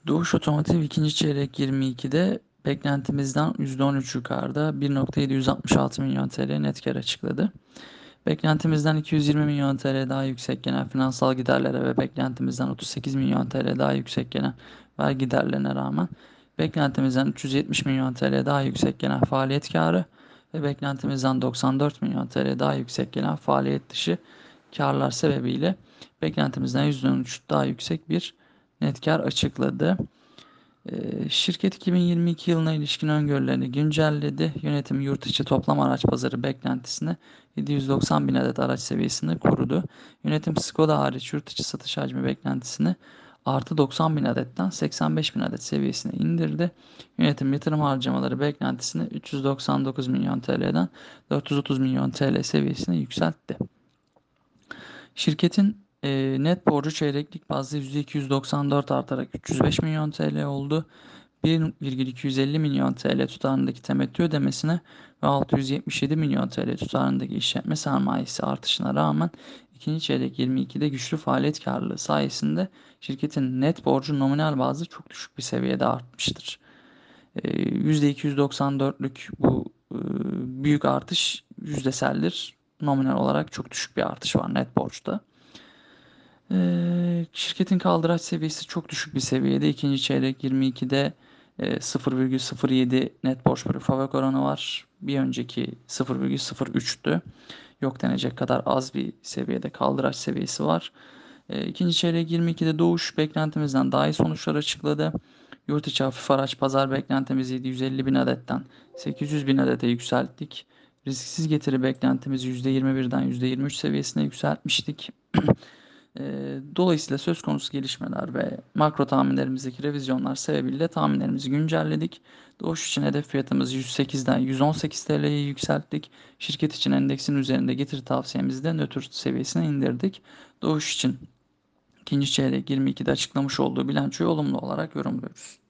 Doğuş Otomotiv ikinci çeyrek 22'de beklentimizden %13 yukarıda 1.766 milyon TL net kar açıkladı. Beklentimizden 220 milyon TL daha yüksek gelen finansal giderlere ve beklentimizden 38 milyon TL daha yüksek gelen vergi giderlerine rağmen beklentimizden 370 milyon TL daha yüksek gelen faaliyet karı ve beklentimizden 94 milyon TL daha yüksek gelen faaliyet dışı karlar sebebiyle beklentimizden %13 daha yüksek bir net kar açıkladı. Şirket 2022 yılına ilişkin öngörülerini güncelledi. Yönetim yurt içi toplam araç pazarı beklentisini 790 bin adet araç seviyesinde korudu. Yönetim Skoda hariç yurt içi satış hacmi beklentisini artı 90 bin adetten 85 bin adet seviyesine indirdi. Yönetim yatırım harcamaları beklentisini 399 milyon TL'den 430 milyon TL seviyesine yükseltti. Şirketin net borcu çeyreklik bazda %294 artarak 305 milyon TL oldu. 1,250 milyon TL tutarındaki temettü ödemesine ve 677 milyon TL tutarındaki işletme sermayesi artışına rağmen ikinci çeyrek 22'de güçlü faaliyet karlılığı sayesinde şirketin net borcu nominal bazda çok düşük bir seviyede artmıştır. %294'lük bu büyük artış yüzdeseldir. Nominal olarak çok düşük bir artış var net borçta. Şirketin kaldıraç seviyesi çok düşük bir seviyede. İkinci çeyrek 22'de 0,07 net borç bölü FAVÖK oranı var. Bir önceki 0,03'tü. Yok denecek kadar az bir seviyede kaldıraç seviyesi var. İkinci çeyrek 22'de Doğuş beklentimizden daha iyi sonuçlar açıkladı. Yurt içi hafif araç pazar beklentimizi 750 bin adetten 800 bin adete yükselttik. Risksiz getiri beklentimizi %21'den %23 seviyesine yükseltmiştik. Dolayısıyla söz konusu gelişmeler ve makro tahminlerimizdeki revizyonlar sebebiyle tahminlerimizi güncelledik. Doğuş için hedef fiyatımızı 108'den 118 TL'ye yükselttik. Şirket için endeksin üzerinde getiri tavsiyemizi de nötr seviyesine indirdik. Doğuş için ikinci çeyrek 22'de açıklamış olduğu bilançoyu olumlu olarak yorumluyoruz.